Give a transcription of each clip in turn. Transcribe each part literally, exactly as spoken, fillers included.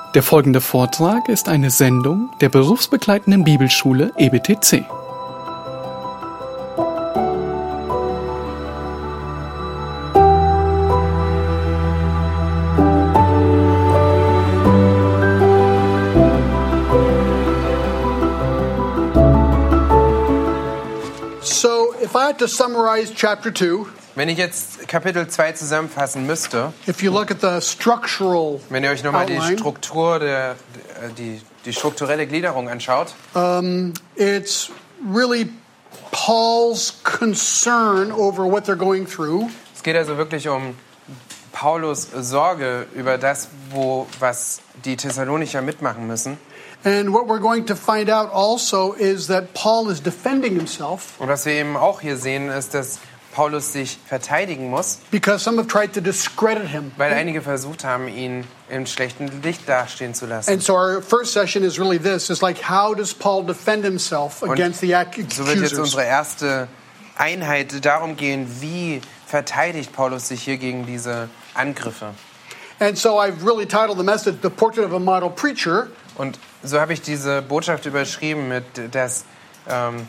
Der folgende Vortrag ist eine Sendung der berufsbegleitenden Bibelschule E B T C. So, if I had to summarize chapter two, Wenn ich jetzt Kapitel zwei zusammenfassen müsste, if you look at the structural wenn ihr euch nochmal die outline, Struktur, der, die, die strukturelle Gliederung anschaut, um, it's really Paul's concern over what they're going through, es geht also wirklich um Paulus Sorge über das, wo, was die Thessalonicher mitmachen müssen. and what we're going to find out also is that Paul is defending himself Und was wir eben auch hier sehen, ist, dass Paulus sich verteidigen muss, because some have tried to discredit him. weil einige versucht haben, ihn im schlechten Licht dastehen zu lassen. And so our first session is really this, it's like how does Paul defend himself against the ac- So wird jetzt accusers? unsere erste Einheit darum gehen, wie verteidigt Paulus sich hier gegen diese Angriffe. And so I've really titled the message, The Portrait of a Model Preacher. Und so habe ich diese Botschaft überschrieben mit das ähm,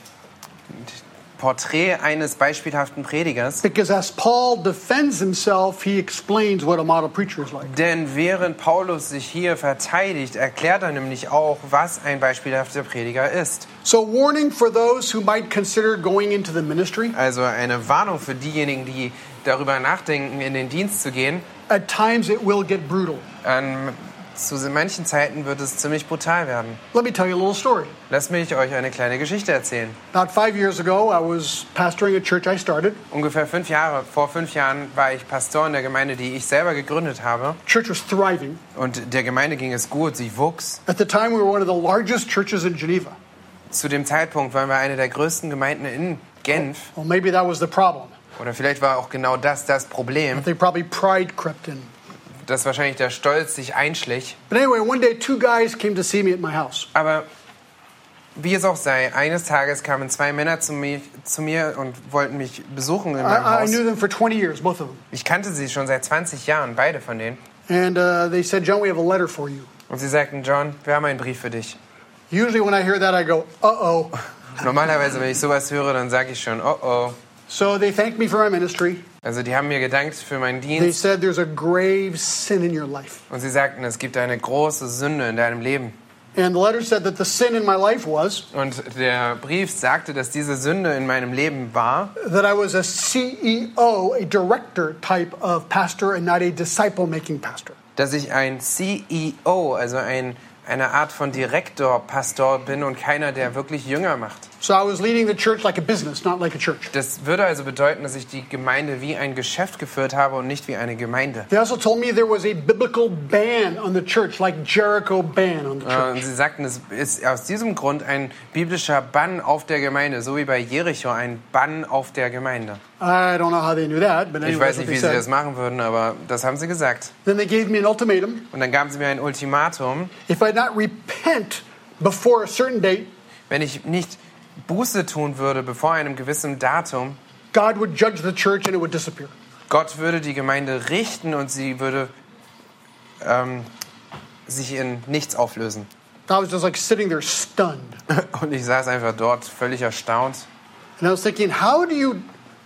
Porträt eines beispielhaften Predigers. Because as Paul defends himself, he explains what a model preacher is like. Denn während Paulus sich hier verteidigt, erklärt er nämlich auch, was ein beispielhafter Prediger ist. So warning for those who might consider going into the ministry. Also eine Warnung für diejenigen, die darüber nachdenken, in den Dienst zu gehen. At times it will get brutal. An, zu manchen Zeiten wird es ziemlich brutal werden. Let me tell you a little story. Lasst mich euch eine kleine Geschichte erzählen. About five years ago, I was pastoring a church I started. Ungefähr fünf Jahre, vor fünf Jahren war ich Pastor in der Gemeinde, die ich selber gegründet habe. Church was thriving. Und der Gemeinde ging es gut, sie wuchs. At the time, we were one of the largest churches in Geneva. Zu dem Zeitpunkt waren wir eine der größten Gemeinden in Genf. Well, maybe that was the problem. Oder vielleicht war auch genau das das Problem, I think probably pride crept in. dass wahrscheinlich der Stolz sich einschlich. But anyway, one day, two guys came to see me at my house. Aber wie es auch sei, eines Tages kamen zwei Männer zu mir, zu mir und wollten mich besuchen in meinem I, I Haus. knew them for twenty years, both of them. Ich kannte sie schon seit zwanzig Jahren, beide von denen. And uh, they said, John, we have a letter for you. Und sie sagten, John, wir haben einen Brief für dich. Usually when I hear that, I go, uh-oh. Normalerweise, wenn ich sowas höre, dann sage ich schon, oh oh. So they thanked me for my ministry. Also die haben mir gedankt für meinen They Dienst said there's a grave sin in your life. und sie sagten, es gibt eine große Sünde in deinem Leben. And the letter said that the sin in my life was Und der Brief sagte, dass diese Sünde in meinem Leben war, that I was a C E O, a director type of pastor and not a disciple-making pastor. dass ich ein C E O, also ein, eine Art von Direktor, Pastor bin und keiner, der wirklich Jünger macht. So I was leading the church like a business, not like a church. Das würde also bedeuten, dass ich die Gemeinde wie ein Geschäft geführt habe und nicht wie eine Gemeinde. They also told me there was a biblical ban on the church, like Jericho ban on the Äh, Und church. sie sagten, es ist aus diesem Grund ein biblischer Bann auf der Gemeinde, so wie bei Jericho ein Bann auf der Gemeinde. I don't know how they knew that, but Ich anyway, weiß that's what nicht, they wie sie das said. machen würden, aber das haben sie gesagt. Then they gave me an ultimatum. Und dann gaben sie mir ein Ultimatum, If I not repent before a certain date, wenn ich nicht Buße tun würde bevor einem gewissen Datum, God would judge the church and it would disappear. Gott würde die Gemeinde richten und sie würde ähm, sich in nichts auflösen. I was just like sitting there stunned. Und ich saß einfach dort völlig erstaunt. And I was thinking, how do you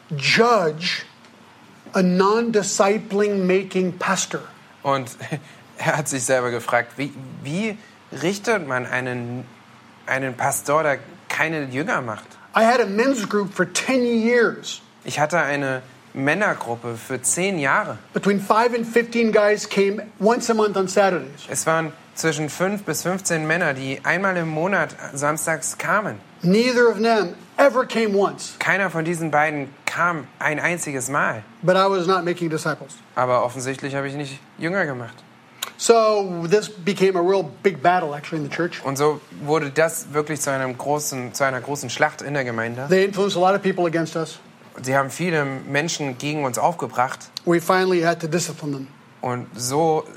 judge a non-discipling making pastor? Und er hat sich selber gefragt, wie, wie richtet man einen, einen Pastor, der keine Jünger macht? I had a men's group for ten years. Ich hatte eine Männergruppe für zehn Jahre. Between five and fifteen guys came once a month on Saturdays. Es waren zwischen fünf bis fünfzehn Männer, die einmal im Monat samstags kamen. Neither of them ever came once, Keiner von diesen beiden kam ein einziges Mal. but I was not making disciples. Aber offensichtlich habe ich nicht Jünger gemacht. So this became a real big battle actually in the church. Und so wurde das wirklich zu, einem großen, zu einer großen Schlacht in der Gemeinde. They influenced a lot of people against us. Sie haben viele Menschen gegen uns aufgebracht. We finally had to discipline them. Und so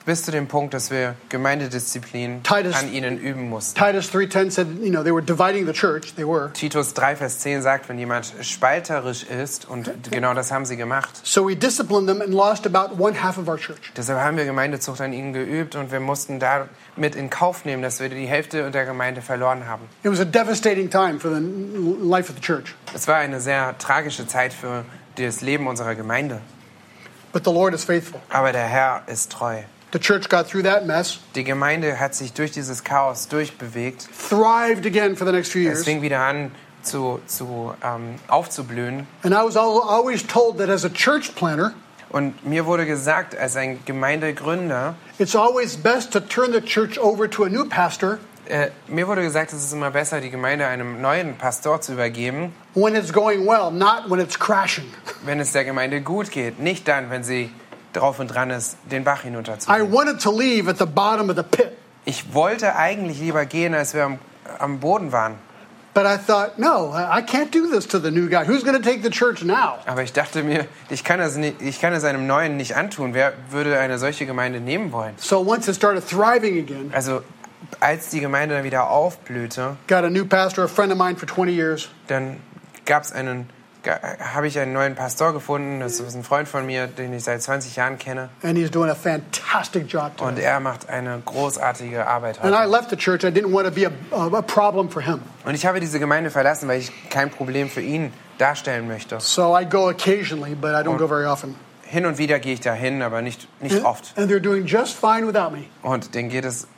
bis zu dem Punkt, dass wir Gemeindedisziplin Titus- an ihnen üben mussten. Titus three ten said, you know, they were dividing the church. They were. Titus drei Vers zehn sagt, wenn jemand spalterisch ist, und genau das haben sie gemacht. So we disciplined them and lost about one half of our church. Deshalb haben wir Gemeindezucht an ihnen geübt und wir mussten damit in Kauf nehmen, dass wir die Hälfte der Gemeinde verloren haben. It was a devastating time for the life of the church. Es war eine sehr tragische Zeit für das Leben unserer Gemeinde. But the Lord is faithful. Aber der Herr ist treu. The church got through that mess, Die Gemeinde hat sich durch dieses Chaos durchbewegt. thrived again for the next few Es years. fing wieder an zu, zu ähm, aufzublühen. And I was al- always told that as a church planter, Und mir wurde gesagt, als ein Gemeindegründer, it's always best to turn the church over to a new pastor äh, mir wurde gesagt, es ist immer besser, die Gemeinde einem neuen Pastor zu übergeben, when it's going well, not when it's crashing. wenn es der Gemeinde gut geht. Nicht dann, wenn sie drauf und dran ist, den Bach I hinunterzugehen. wanted to leave at the bottom of the pit, Ich wollte eigentlich lieber gehen, als wir am, am Boden waren. but I thought, no, I I can't do this to the new guy. Who's going to take the church now? Aber ich dachte mir, ich kann, das nicht, ich kann es einem Neuen nicht antun. Wer würde eine solche Gemeinde nehmen wollen? So once it started thriving again, Also, als die Gemeinde dann wieder aufblühte, got a new pastor, a friend of mine for twenty years. dann gab's einen, ga- habe ich einen neuen Pastor gefunden. Das ist ein Freund von mir, den ich seit zwanzig Jahren kenne. And he's doing a fantastic job Und today. er macht eine großartige Arbeit And I heute. left the church. I didn't want to be a, a, a problem for him. Und ich habe diese Gemeinde verlassen, weil ich kein Problem für ihn darstellen möchte. So I go occasionally, but I don't go very often. Hin und wieder gehe ich dahin, aber nicht, nicht And, oft. and they're doing just fine without me. Und denen geht es,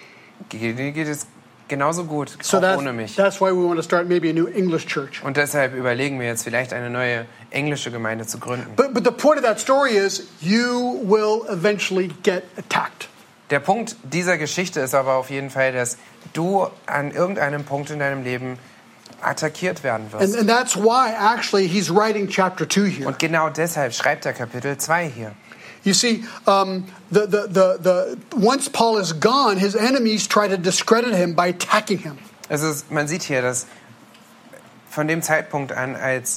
denen geht es genauso gut, So auch that's, ohne mich. that's why we want to start maybe a new English church. Und deshalb überlegen wir jetzt vielleicht eine neue englische Gemeinde zu gründen. But, but the point of that story is you will eventually get attacked. Der Punkt dieser Geschichte ist aber auf jeden Fall, dass du an irgendeinem Punkt in deinem Leben attackiert werden And, wirst. and that's why actually he's writing chapter two here. Und genau deshalb schreibt er Kapitel zwei hier. You see, um, the, the, the, the, once Paul is gone, his enemies try to discredit him by attacking him. Also es, man sieht hier, dass von dem Zeitpunkt an, als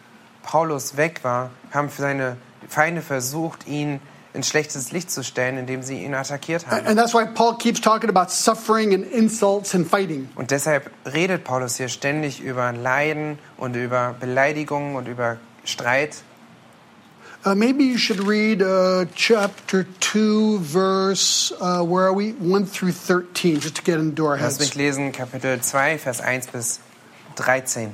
Paulus weg war, haben seine Feinde versucht, ihn ins schlechtes Licht zu stellen, indem sie ihn attackiert haben. And that's why Paul keeps talking about suffering and insults and fighting. Und deshalb redet Paulus hier ständig über Leiden und über Beleidigungen und über Streit. Uh, maybe you should read uh, chapter two, verse, uh, where are we? one through thirteen, just to get into our Lass mich heads. lesen, Kapitel zwei, Vers eins bis dreizehn.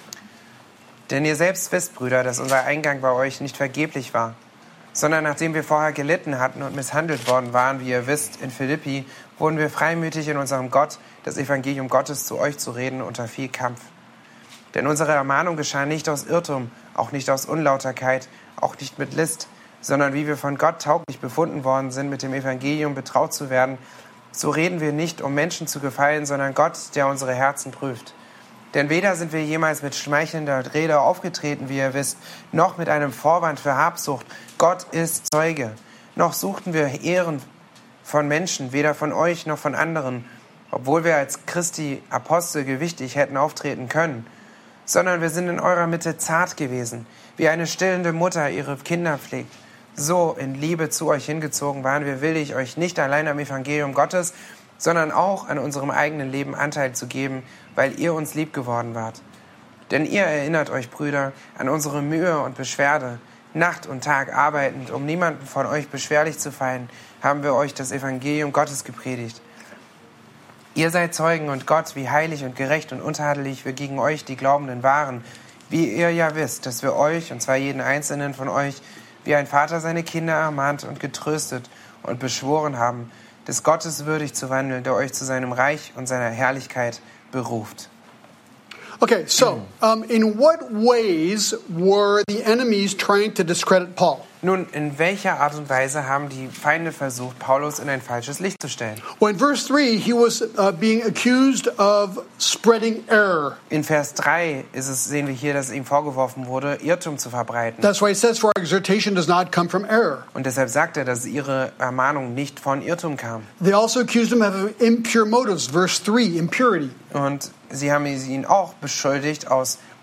Denn ihr selbst wisst, Brüder, dass unser Eingang bei euch nicht vergeblich war, sondern nachdem wir vorher gelitten hatten und misshandelt worden waren, wie ihr wisst, in Philippi, wurden wir freimütig in unserem Gott, das Evangelium Gottes zu euch zu reden, unter viel Kampf. Denn unsere Ermahnung geschah nicht aus Irrtum, auch nicht aus Unlauterkeit, auch nicht mit List, sondern wie wir von Gott tauglich befunden worden sind, mit dem Evangelium betraut zu werden, so reden wir nicht, um Menschen zu gefallen, sondern Gott, der unsere Herzen prüft. Denn weder sind wir jemals mit schmeichelnder Rede aufgetreten, wie ihr wisst, noch mit einem Vorwand für Habsucht. Gott ist Zeuge. Noch suchten wir Ehren von Menschen, weder von euch noch von anderen, obwohl wir als Christi Apostel gewichtig hätten auftreten können, sondern wir sind in eurer Mitte zart gewesen, wie eine stillende Mutter ihre Kinder pflegt. So in Liebe zu euch hingezogen waren wir willig, euch nicht allein am Evangelium Gottes, sondern auch an unserem eigenen Leben Anteil zu geben, weil ihr uns lieb geworden wart. Denn ihr erinnert euch, Brüder, an unsere Mühe und Beschwerde. Nacht und Tag arbeitend, um niemanden von euch beschwerlich zu fallen, haben wir euch das Evangelium Gottes gepredigt. Ihr seid Zeugen und Gott, wie heilig und gerecht und untadelig wir gegen euch, die Glaubenden, waren. Wie ihr ja wisst, dass wir euch, und zwar jeden Einzelnen von euch, wie ein Vater seine Kinder ermahnt und getröstet und beschworen haben, des Gottes würdig zu wandeln, der euch zu seinem Reich und seiner Herrlichkeit beruft. Okay, so um, in what ways were the enemies trying to discredit Paul? Nun, in welcher Art und Weise haben die Feinde versucht, Paulus in ein falsches Licht zu stellen? Well, in verse three, he was uh, being accused of spreading error. In Vers drei ist es, sehen wir hier, dass ihm vorgeworfen wurde, Irrtum zu verbreiten. That's why it says, for our exhortation does not come from error. Und deshalb sagt er, dass ihre Ermahnung nicht von Irrtum kam. They also accused him of impure motives, verse three, impurity. Und sie haben ihn auch beschuldigt, aus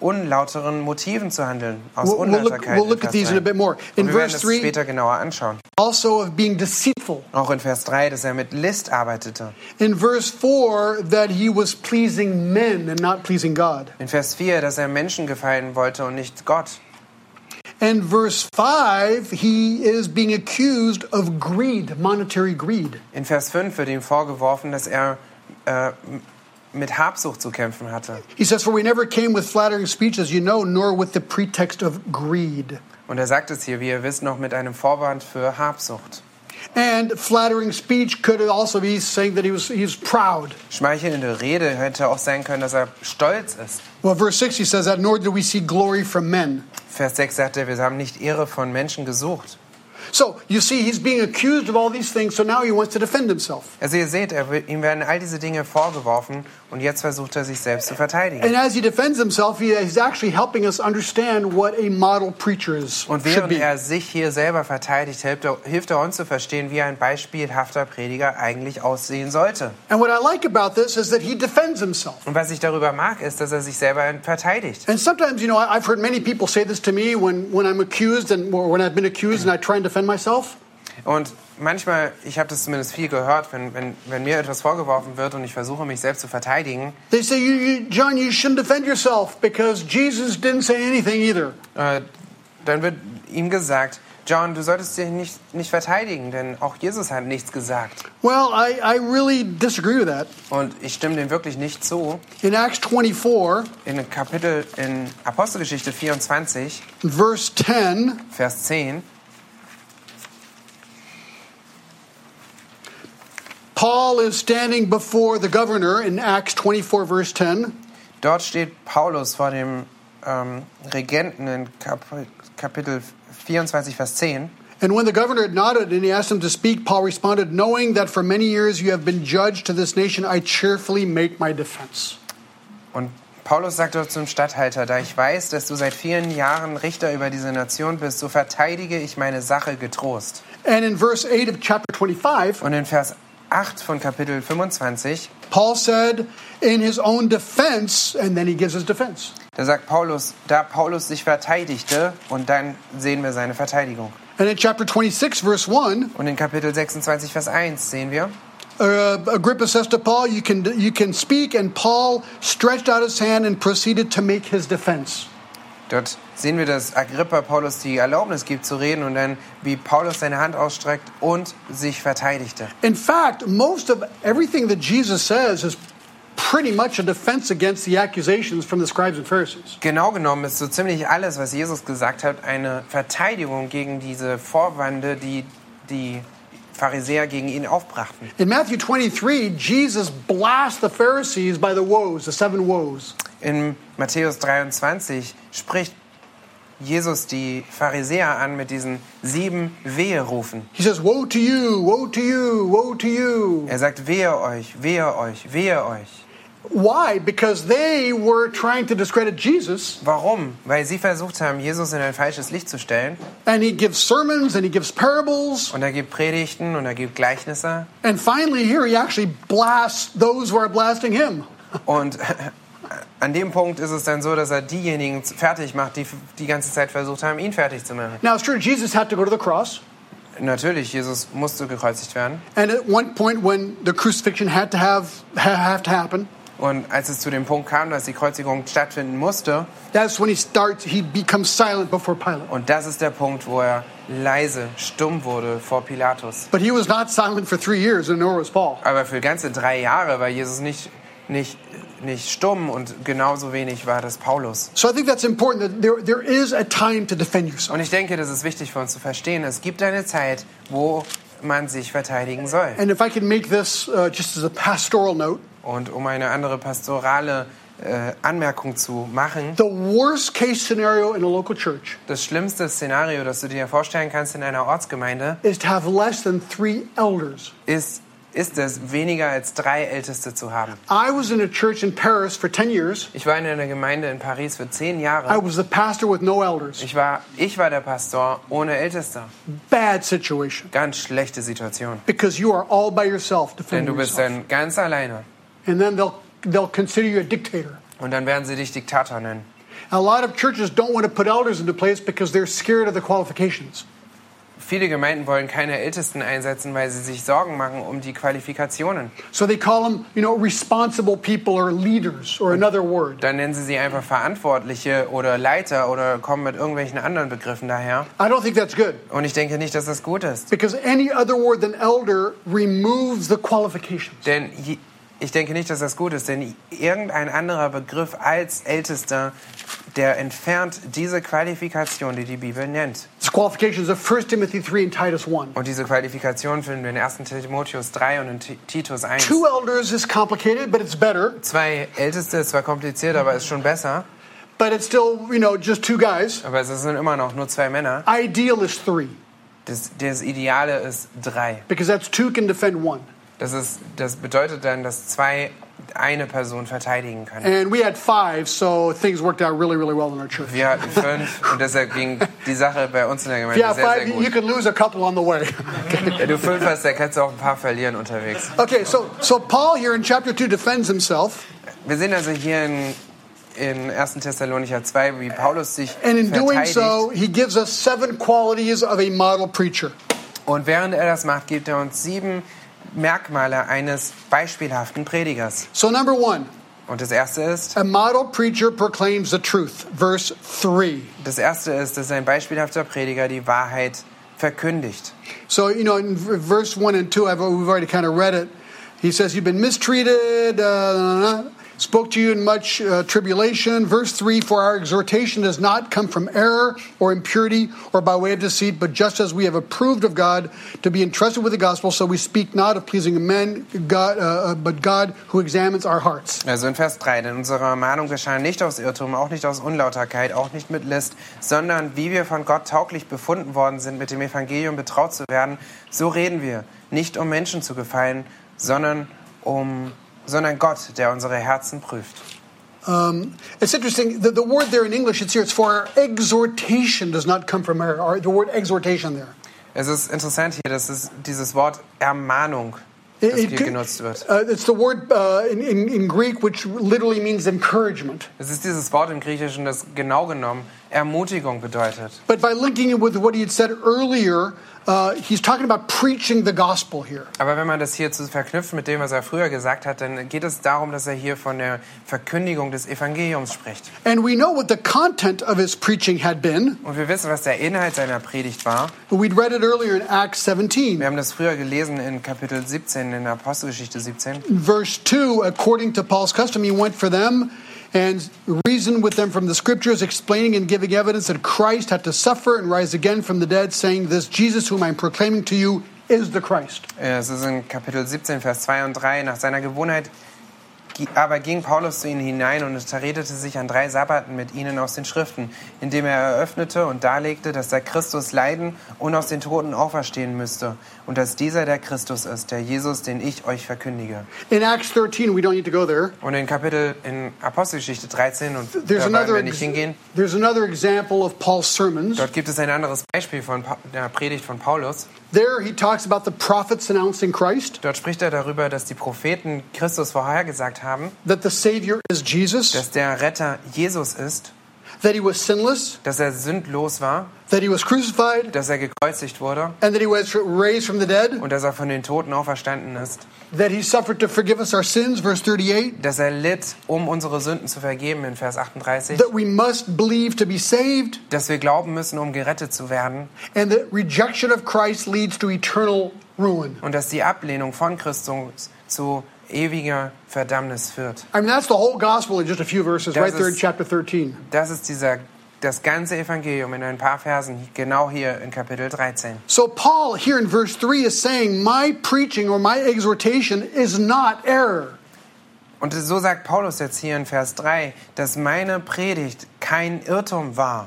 unlauteren Motiven zu handeln, aus We'll, we'll look, Unlauterkeit. we'll in look at Vers these in a drei. bit more. In Und wir werden verse es three, später genauer anschauen. also of being deceitful. Auch in Vers drei, dass er mit List arbeitete. In verse four, that he was pleasing men and not pleasing God. In Vers vier, dass er Menschen gefallen wollte und nicht Gott. And verse five, he is being accused of greed, monetary greed. In Vers fünf wird ihm vorgeworfen, dass er äh, mit Habsucht zu kämpfen hatte. He says, for we never came with flattering speech, as you know, nor with the pretext of greed. Und er sagt es hier, wie ihr wisst, noch mit einem Vorwand für Habsucht. And flattering speech could also be saying that he was he was proud. Schmeichelnde Rede hätte auch sein können, dass er stolz ist. Well, verse six, he says that, nor did we see glory from men. Vers sechs sagt er, wir haben nicht Ehre von Menschen gesucht. So, you see, he's being accused of all these things, so now he wants to defend himself. Also ihr seht, er, will- ihm werden all diese Dinge vorgeworfen und jetzt versucht er, sich selbst zu verteidigen. And as he defends himself, he is actually helping us understand what a model preacher is, Und should während be. er sich hier selber verteidigt, hilft er, hilft er uns zu verstehen, wie ein beispielhafter Prediger eigentlich aussehen sollte. And what I like about this is that he defends himself. Und was ich darüber mag, ist, dass er sich selber verteidigt. And sometimes, you know, I- I've heard many people say this to me when, when I'm accused and or when I've been accused and I try and defend myself. Und manchmal, ich habe das zumindest viel gehört, wenn, wenn, wenn mir etwas vorgeworfen wird und ich versuche, mich selbst zu verteidigen, They say, you, you, John, you shouldn't defend yourself because Jesus didn't say anything either. äh, dann wird ihm gesagt, John, du solltest dich nicht, nicht verteidigen, denn auch Jesus hat nichts gesagt. Well, I, I really disagree with that. Und ich stimme dem wirklich nicht zu. In Acts twenty-four, In Kapitel, in Apostelgeschichte vierundzwanzig, verse ten, Vers zehn, Paul is standing before the governor in Acts twenty-four, verse ten. dort steht Paulus vor dem ähm, Regenten in Kap Kapitel vierundzwanzig, Vers zehn. And when the governor had nodded and he asked him to speak, Paul responded, knowing that for many years you have been judge to this nation, I cheerfully make my defense. Und Paulus sagt dort zum Statthalter, da ich weiß, dass du seit vielen Jahren Richter über diese Nation bist, so verteidige ich meine Sache getrost. And in verse eight of chapter twenty-five, Und in Vers acht von Kapitel fünfundzwanzig, Paul said in his own defense, and then he gives his defense. da sagt Paulus, da Paulus sich verteidigte, und dann sehen wir seine Verteidigung. And in chapter twenty-six, verse one, Und in Kapitel sechsundzwanzig, Vers eins sehen wir, uh, Agrippa says to Paul, you can, you can speak, and Paul stretched out his hand and proceeded to make his defense. dort sehen wir, dass Agrippa Paulus die Erlaubnis gibt zu reden und dann, wie Paulus seine Hand ausstreckt und sich verteidigte. In fact, most of everything that Jesus says is pretty much a defense against the accusations from the scribes and Pharisees. Genau genommen ist so ziemlich alles, was Jesus gesagt hat, eine Verteidigung gegen diese Vorwände, die die Pharisäer gegen ihn aufbrachten. In Matthew twenty-three, Jesus blasts the Pharisees by the woes, the seven woes. In Matthäus dreiundzwanzig spricht Jesus die Pharisäer an mit diesen sieben Weherufen. He says, woe to you, woe to you, woe to you. Er sagt, wehe euch, wehe euch, wehe euch. Why? Because they were trying to discredit Jesus, Warum? Weil sie versucht haben, Jesus in ein falsches Licht zu stellen. and he gives sermons and he gives parables, Und er gibt Predigten und er gibt Gleichnisse. and finally here he actually blasts those who are blasting him. Und an dem Punkt ist es dann so, dass er diejenigen fertig macht, die die ganze Zeit versucht haben, ihn fertig zu machen. Now it's true, Jesus had to go to the cross, Natürlich, Jesus musste gekreuzigt werden. and at one point when the crucifixion had to have ha- have to happen, Und als es zu dem Punkt kam, dass die Kreuzigung stattfinden musste, that's when he starts, he becomes silent before Pilate. und das ist der Punkt, wo er leise, stumm wurde vor Pilatus. But he was not silent for three years, and nor was Paul. Aber für ganze drei Jahre war Jesus nicht, nicht, nicht stumm, und genauso wenig war das Paulus. So I think that's important, that there, there is a time to defend yourself. Und ich denke, das ist wichtig für uns zu verstehen. Es gibt eine Zeit, wo man sich verteidigen soll. And if I can make this uh, just as a pastoral note, Und um eine andere pastorale äh, Anmerkung zu machen, the worst case scenario in a local church das schlimmste Szenario, das du dir vorstellen kannst in einer Ortsgemeinde, is to have less than three elders. ist, ist es, weniger als drei Älteste zu haben. I was in a church in Paris for ten years. Ich war in einer Gemeinde in Paris für zehn I Jahre. was the pastor with no elders. Ich war, ich war der Pastor ohne Ältester. Bad situation. Ganz schlechte Situation. Because you are all by yourself Denn defending du bist yourself. dann ganz alleine. And then they'll, they'll consider you a dictator. Und dann werden sie dich Diktator nennen. A lot of churches don't want to put elders into place because they're scared of the qualifications. Viele Gemeinden wollen keine Ältesten einsetzen, weil sie sich Sorgen machen um die Qualifikationen. So they call them, you know, responsible people or leaders or another word. Dann nennen sie sie einfach Verantwortliche oder Leiter oder kommen mit irgendwelchen anderen Begriffen daher. I don't think that's good. Und ich denke nicht, dass das gut ist. Because any other word than elder removes the qualifications. Denn je, ich denke nicht, dass das gut ist, denn irgendein anderer Begriff als Ältester, der entfernt diese Qualifikation, die die Bibel nennt. These qualifications of First Timothy three and Titus one. Und diese Qualifikation finden wir in ersten Timotheus drei und in Titus eins. Two elders is complicated, but it's better. Zwei Älteste ist zwar kompliziert, aber ist schon besser. But it's still, you know, just two guys. Aber es sind immer noch nur zwei Männer. Ideal is three. Das, das Ideale ist drei. Because that's two can defend one. Das, ist, das bedeutet dann, dass zwei eine Person verteidigen können. And we had five, so things worked out really, really well in our church. Wir hatten fünf und deshalb ging die Sache bei uns in der Gemeinde Yeah, sehr, sehr five, you gut. could lose a couple on the way. Wenn du fünf hast, dann kannst du auch ein paar verlieren unterwegs. Okay, so so Paul here in chapter two defends himself. Wir sehen also hier in, in ersten Thessalonicher zwei, wie Paulus sich And in doing verteidigt. so, he gives us seven qualities of a model preacher. Und während er das macht, gibt er uns sieben Merkmale eines beispielhaften Predigers. So number one, Und das erste ist, a model preacher proclaims the truth. Verse three. das erste ist, dass ein beispielhafter Prediger die Wahrheit verkündigt. So, you know, in v- verse one and two, I've, we've already kind of read it. He says, you've been mistreated, uh, spoke to you in much uh, tribulation. Verse three, for our exhortation does not come from error or impurity or by way of deceit, but just as we have approved of God to be entrusted with the gospel, so we speak not of pleasing men, God, uh, but God who examines our hearts. Also in Vers drei, denn unsere Mahnung geschah nicht aus Irrtum, auch nicht aus Unlauterkeit, auch nicht mit List, sondern wie wir von Gott tauglich befunden worden sind, mit dem Evangelium betraut zu werden, so reden wir, nicht um Menschen zu gefallen, sondern um sondern Gott, der unsere Herzen prüft. Um, it's interesting, the, the word there in English, it's here, it's for our exhortation does not come from error. Or the word exhortation there. Es ist interessant hier, dass es dieses Wort Ermahnung, das It- it hier could- genutzt wird. Uh, it's the word uh, in, in, in Greek which literally means encouragement. Es ist dieses Wort im Griechischen, das genau genommen Ermutigung bedeutet. But by linking it with what he had said earlier, uh, he's talking about preaching the gospel here. Aber wenn man das hier zu verknüpft mit dem, was er früher gesagt hat, dann geht es darum, dass er hier von der Verkündigung des Evangeliums spricht. And we know what the content of his preaching had been. Und wir wissen, was der Inhalt seiner Predigt war. We'd read it earlier in Acts seventeen. Wir haben das früher gelesen in Kapitel siebzehn, in der Apostelgeschichte siebzehn. In verse two, according to Paul's custom, he went for them and reasoned with them from the scriptures, explaining and giving evidence that Christ had to suffer and rise again from the dead, saying, this Jesus whom I am proclaiming to you is the Christ. Es ist in Kapitel siebzehn, Vers zwei und drei. Nach seiner Gewohnheit aber ging Paulus zu ihnen hinein und unterredete sich an drei Sabbaten mit ihnen aus den Schriften, indem er eröffnete und darlegte, dass der Christus leiden und aus den Toten auferstehen müsste und dass dieser der Christus ist, der Jesus, den ich euch verkündige. In Acts thirteen, we don't need to go there. Und in Kapitel in Apostelgeschichte dreizehn, und There's da wollen another, wir nicht hingehen, there's another example of Paul's sermons. dort gibt es ein anderes Beispiel von Pa- der Predigt von Paulus. There he talks about the prophets announcing Christ, Dort spricht er darüber, dass die Propheten Christus vorhergesagt haben, that the Savior is Jesus, dass der Retter Jesus ist, that he was sinless, dass er sündlos war, that he was crucified, dass er gekreuzigt wurde and that he was raised from the dead, und dass er von den Toten auferstanden ist, that he suffered to forgive us our sins, verse thirty-eight, dass er litt, um unsere Sünden zu vergeben, in Vers achtunddreißig, that we must believe to be saved, dass wir glauben müssen, um gerettet zu werden and that rejection of Christ leads to eternal ruin. und dass die Ablehnung von Christus zu ewiger Verdammnis führt. I mean, that's the whole gospel in just a few verses, Das right there in ist- chapter thirteen. Das ist dieser, das ganze Evangelium in ein paar Versen, genau hier in Kapitel dreizehn. So Paul here in verse three is saying, my preaching or my exhortation is not error. Und so sagt Paulus jetzt hier in Vers drei, dass meine Predigt kein Irrtum war.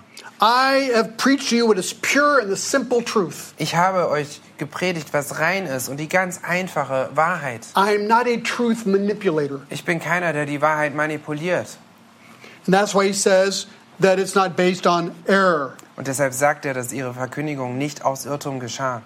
I have preached to you what is pure and the simple truth. Ich habe euch gepredigt, was rein ist und die ganz einfache Wahrheit. I am not a truth manipulator. Ich bin keiner, der die Wahrheit manipuliert. And that's why he says that it's not based on error. Und deshalb sagt er, dass ihre Verkündigung nicht aus Irrtum geschah.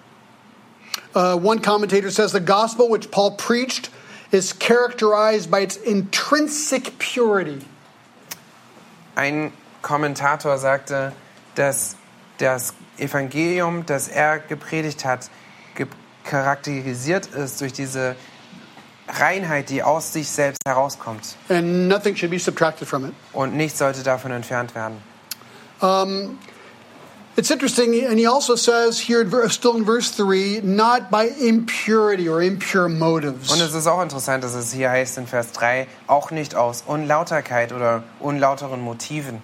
Uh, one commentator says the gospel which Paul preached is characterized by its intrinsic purity. Ein Kommentator sagte, dass das Evangelium, das er gepredigt hat, ge- charakterisiert ist durch diese Reinheit, die aus sich selbst herauskommt. And nothing should be subtracted from it. Und nichts sollte davon entfernt werden. Um, it's interesting, and he also says here, still in verse three, not by impurity or impure motives. Und es ist auch interessant, dass es hier heißt in Vers drei, auch nicht aus Unlauterkeit oder unlauteren Motiven.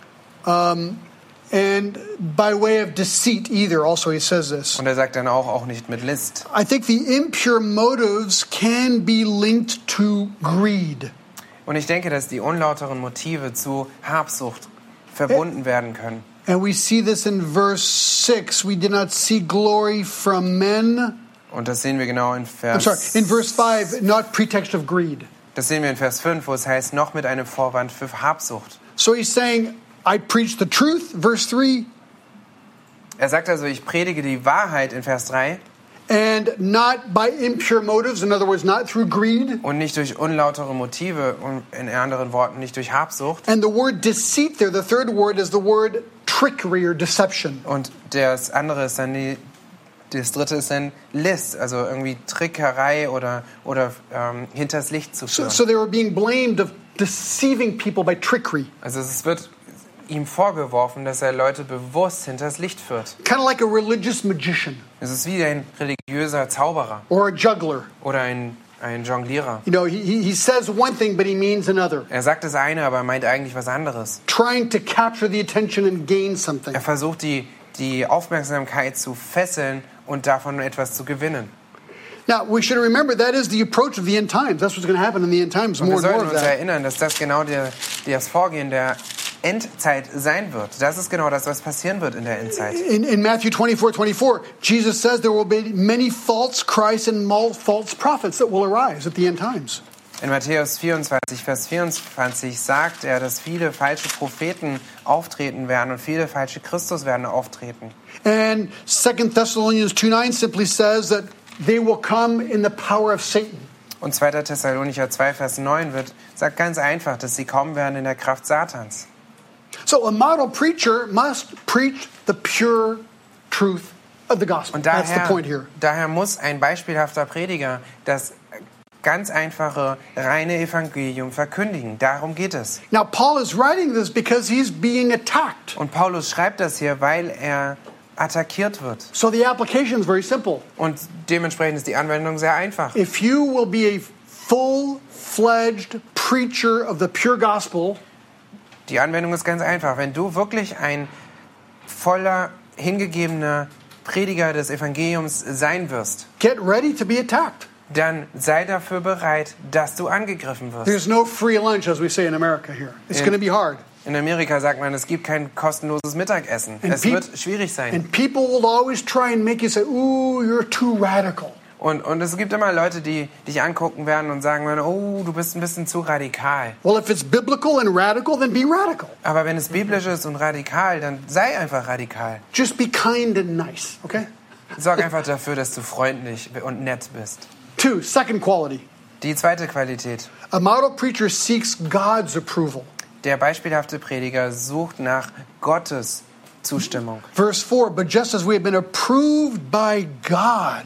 Um, and by way of deceit either, also he says this. Und er sagt dann auch, auch nicht mit List. I think the impure motives can be linked to greed. Und ich denke, dass die unlauteren Motive zu Habsucht verbunden werden können. And we see this in verse six. We did not see glory from men. Und das sehen wir genau in I'm Vers... sorry, in verse five, not pretext of greed. Das sehen wir in Vers fünf, wo es heißt, noch mit einem Vorwand für Habsucht. So he's saying, I preach the truth, verse three, Er sagt also, ich predige die Wahrheit in Vers drei and not by impure motives, in other words, not through greed. und nicht durch unlautere Motive und in anderen Worten nicht durch Habsucht. And the word deceit there, the third word, is the word trickery or deception. Und das andere ist dann die, das dritte ist dann List, also irgendwie Trickerei oder, oder ähm, hinters Licht zu So, führen. so they were being blamed of deceiving people by trickery. Also es wird ihm vorgeworfen, dass er Leute bewusst hinters Licht führt. Kind of like a religious magician Es ist wie ein religiöser Zauberer or a juggler. oder ein, ein Jonglierer. You know, he, he he says one thing, but he means another. Er sagt das eine, aber er meint eigentlich was anderes. Trying to capture the attention and gain something. Er versucht, die, die Aufmerksamkeit zu fesseln und davon etwas zu gewinnen. Now, we should remember that is the approach of the end times. That's what's going to happen in the end times, Und more wir and more sollten of uns that. erinnern, dass das genau der, das Vorgehen der Endzeit sein wird. Das ist genau das, was passieren wird in der Endzeit. In, in Matthew twenty-four twenty-four, Jesus says there will be many false Christs and mul- false prophets that will arise at the end times. In Matthäus vierundzwanzig, Vers vierundzwanzig sagt er, dass viele falsche Propheten auftreten werden und viele falsche Christus werden auftreten. And Second Thessalonians two nine simply says that they will come in the power of Satan. Und zweiter Thessalonicher zwei, Vers neun wird, sagt ganz einfach, dass sie kommen werden in der Kraft Satans. So a model preacher must preach the pure truth of the gospel. Und That's the daher, point here. daher muss ein beispielhafter Prediger das ganz einfache, reine Evangelium verkündigen. Darum geht es. Now Paul is writing this because he's being attacked. Und Paulus schreibt das hier, weil er attackiert wird. So the application is very simple. Und dementsprechend ist die Anwendung sehr einfach. If you will be a full-fledged preacher of the pure gospel, Die Anwendung ist ganz einfach. Wenn du wirklich ein voller, hingegebener Prediger des Evangeliums sein wirst, get ready to be attacked. dann sei dafür bereit, dass du angegriffen wirst. There's no free lunch, as we say in America here. It's Yeah. going to be hard. In Amerika sagt man, es gibt kein kostenloses Mittagessen. And Es peop- wird schwierig sein. And people will always try and make you say, ooh, you're too radical. Und, und es gibt immer Leute, die dich angucken werden und sagen werden, oh, du bist ein bisschen zu radikal. Well, if it's biblical and radical, then be radical. Aber wenn es biblisch ist und radikal, dann sei einfach radikal. Just be kind and nice, okay? Sorg einfach dafür, dass du freundlich und nett bist. Two, second quality. Die zweite Qualität. A model preacher seeks God's approval. Der beispielhafte Prediger sucht nach Gottes Zustimmung. Verse four, but just as we have been approved by God,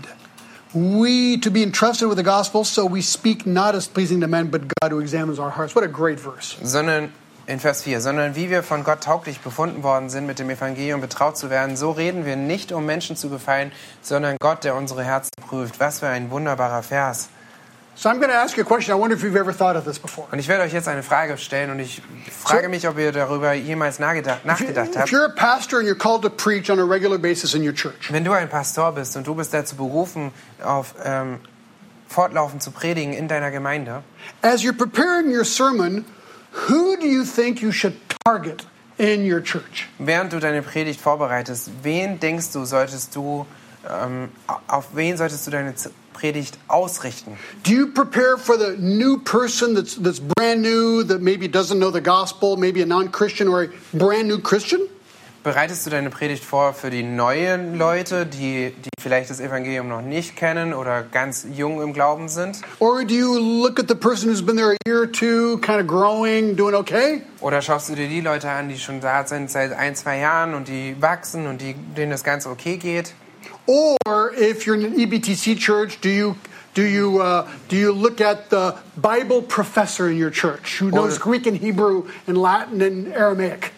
we to be entrusted with the gospel, so we speak not as pleasing to men, but God who examines our hearts. What a great verse. Sondern in Vers vier, sondern wie wir von Gott tauglich befunden worden sind, mit dem Evangelium betraut zu werden, so reden wir nicht, um Menschen zu gefallen, sondern Gott, der unsere Herzen prüft. Was für ein wunderbarer Vers. So I'm going to ask you a question. I wonder if you've ever thought of this before. Und ich werde euch jetzt eine Frage stellen und ich frage mich, ob ihr darüber jemals nachgedacht, nachgedacht If habt. you're a pastor and you're called to preach on a regular basis in your church, Wenn du ein Pastor bist und du bist dazu berufen, auf ähm, fortlaufend zu predigen in deiner Gemeinde, as you're preparing your sermon, who do you think you should target in your church? während du deine Predigt vorbereitest, wen denkst du, solltest du, ähm, auf wen solltest du deine Z- Predigt ausrichten? Do you prepare for the new person that's that's brand new, that maybe doesn't know the gospel, maybe a non-Christian or a brand new Christian? Bereitest du deine Predigt vor für die neuen Leute, die, die vielleicht das Evangelium noch nicht kennen oder ganz jung im Glauben sind? Or do you look at the person who's been there a year or two, kind of growing, doing okay? Oder schaust du dir die Leute an, die schon da sind seit ein, zwei Jahren und die wachsen und die, denen das ganz okay geht? Or if you're in an E B T C church, do you do you uh, do you look at the Bible professor in your church who knows Oder- Greek and Hebrew and Latin and Aramaic?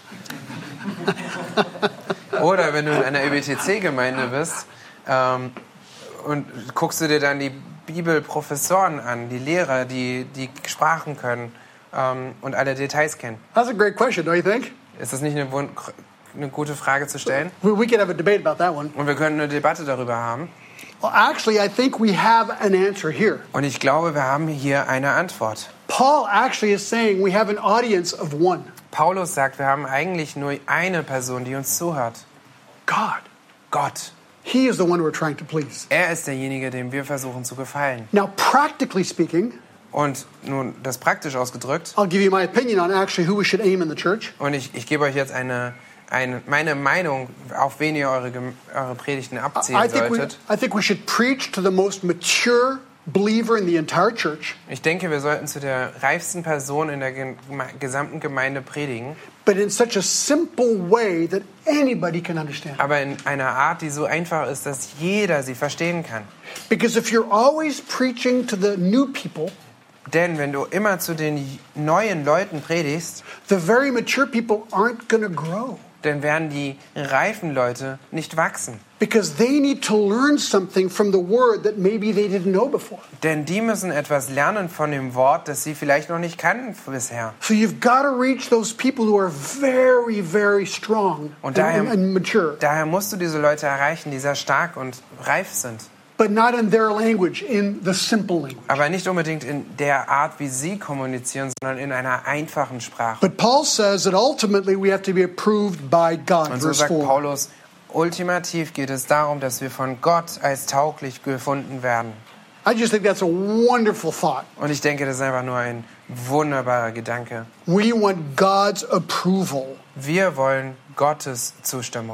Oder wenn du in einer E B T C-Gemeinde bist ähm, und guckst du dir dann die Bibelprofessoren an, die Lehrer, die die Sprachen können ähm, und alle Details kennen. That's a great question, don't you think? Ist das nicht eine, wun- eine gute Frage zu stellen? We, we could have a debate about that one. Und wir können eine Debatte darüber haben. Well, actually, I think we have an answer here. Und ich glaube, wir haben hier eine Antwort. Paul actually is saying we have an audience of one. Paulus sagt, wir haben eigentlich nur eine Person, die uns zuhört. God. Gott. He is the one we're trying to please. Er ist derjenige, dem wir versuchen zu gefallen. Now, practically speaking, Und nun, das praktisch ausgedrückt, I'll give you my opinion on actually who we should aim in the church. und ich, ich gebe euch jetzt eine, eine, meine Meinung, auf wen ihr eure, Gem- eure Predigten I abzielen think we, solltet. I think we should preach to the most mature believer in the entire church, Ich denke, wir sollten zu der reifsten Person in der gem- gesamten Gemeinde predigen, but in such a simple way that anybody can understand. aber in einer Art, die so einfach ist, dass jeder sie verstehen kann. Because if you're always preaching to the new people, Denn wenn du immer zu den neuen Leuten predigst, the very mature people aren't going to grow. dann werden die reifen Leute nicht wachsen. Because they need to learn something from the word that maybe they didn't know before. Denn die müssen etwas lernen von dem Wort, das sie vielleicht noch nicht kannten bisher. So you've got to reach those people who are very, very strong Und and, daher, and, and mature, daher musst du diese Leute erreichen, die sehr stark und reif sind. but not in their language, in the simple language. Aber nicht unbedingt in der Art, wie sie kommunizieren, sondern in einer einfachen Sprache. But Paul says that ultimately we have to be approved by God, Und so verse sagt four. Paulus, ultimativ geht es darum, dass wir von Gott als tauglich gefunden werden. I just think that's a wonderful thought. Und ich denke, das ist einfach nur ein wunderbarer Gedanke. We want God's approval. Wir wollen Gottes Zustimmung.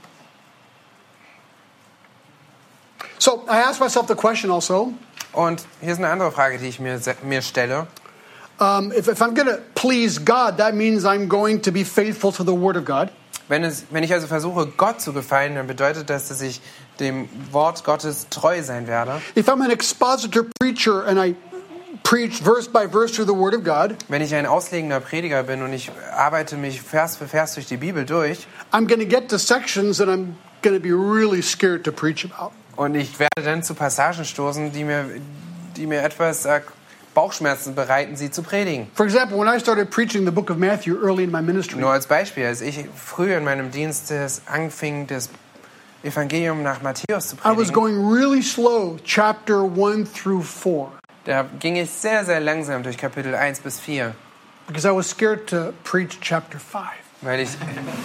So I asked myself the question also, Und hier ist eine andere Frage, die ich mir, se- mir stelle. um, if, if I'm going to please God, that means I'm going to be faithful to the Word of God. Wenn, es, wenn ich also versuche, Gott zu gefallen, dann bedeutet das, dass ich dem Wort Gottes treu sein werde. If I'm an expositor preacher and I preach verse by verse through the Word of God, Wenn ich ein auslegender Prediger bin und ich arbeite mich Vers für Vers durch die Bibel durch I'm going to get to sections that I'm going to be really scared to preach about. und ich werde dann zu Passagen stoßen, die mir, die mir etwas äh, Bauchschmerzen bereiten, sie zu predigen. For example, when I started preaching the book of Matthew early in my ministry, Nur als Beispiel, als ich früh in meinem Dienst das anfing, das Evangelium nach Matthäus zu I was predigen, going really slow, chapter one through four, da ging ich sehr, sehr langsam durch Kapitel eins bis vier, because I was scared to preach chapter five. weil ich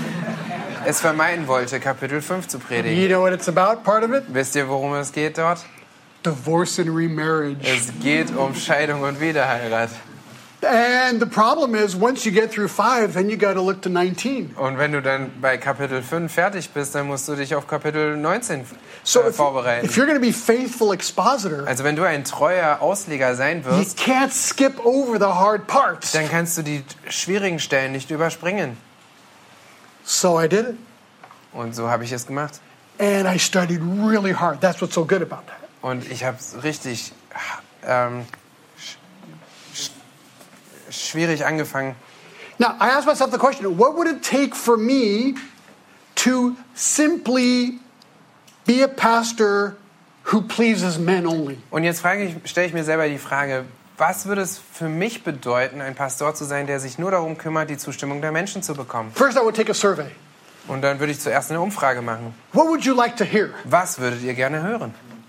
es vermeiden wollte, Kapitel fünf zu predigen. You know what it's about, part of it? Wisst ihr, worum es geht dort? Divorce and remarriage. Es geht um Scheidung und Wiederheirat. And the problem is, once you get through five, then you got to look to nineteen. Und wenn du dann bei Kapitel fünf fertig bist, dann musst du dich auf Kapitel neunzehn So äh, if, vorbereiten. if you're going to be faithful expositor, Also wenn du ein treuer Ausleger sein you wirst, can't skip over the hard parts. dann kannst du die schwierigen Stellen nicht überspringen. So I did it. Und so habe ich es gemacht. And I studied really hard. That's what's so good about that. Und ich habe es richtig ähm, sch sch schwierig angefangen. Now, I asked myself the question, what would it take for me to simply be a pastor who pleases men only? Und jetzt frage ich, stelle ich mir selber die Frage, was würde es für mich bedeuten, ein Pastor zu sein, der sich nur darum kümmert, die Zustimmung der Menschen zu bekommen? First, I would take a survey. Und dann würde ich zuerst eine Umfrage machen. What would you like to hear? Was würdet ihr gerne hören?